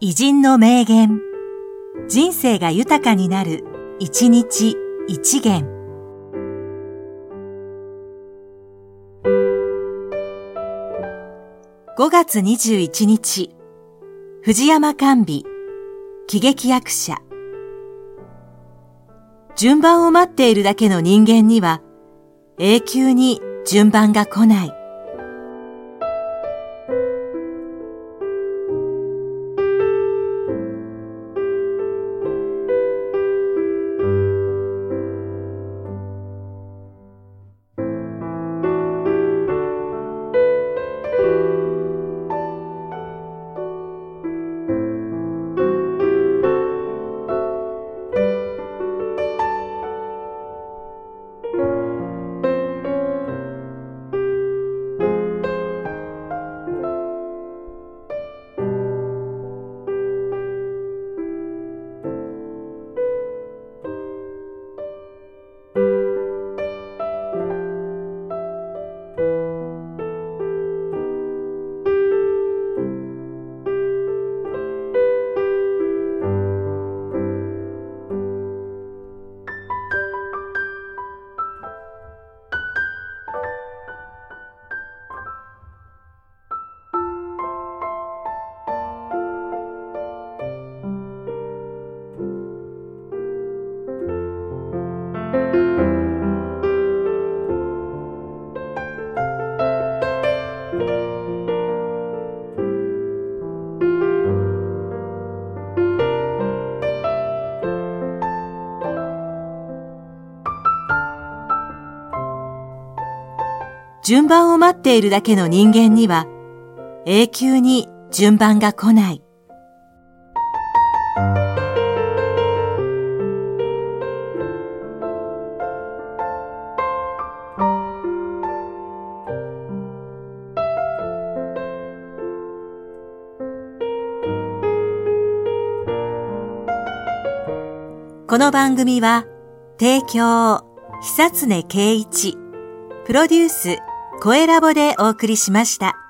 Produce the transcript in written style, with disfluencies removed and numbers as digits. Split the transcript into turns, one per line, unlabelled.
偉人の名言。人生が豊かになる、一日一元。5月21日、藤山寛美、喜劇役者。順番を待っているだけの人間には、永久に順番が来ない。順番を待っているだけの人間には、永久に順番が来ない。この番組は、提供、久常圭一、プロデュース、声ラボでお送りしました。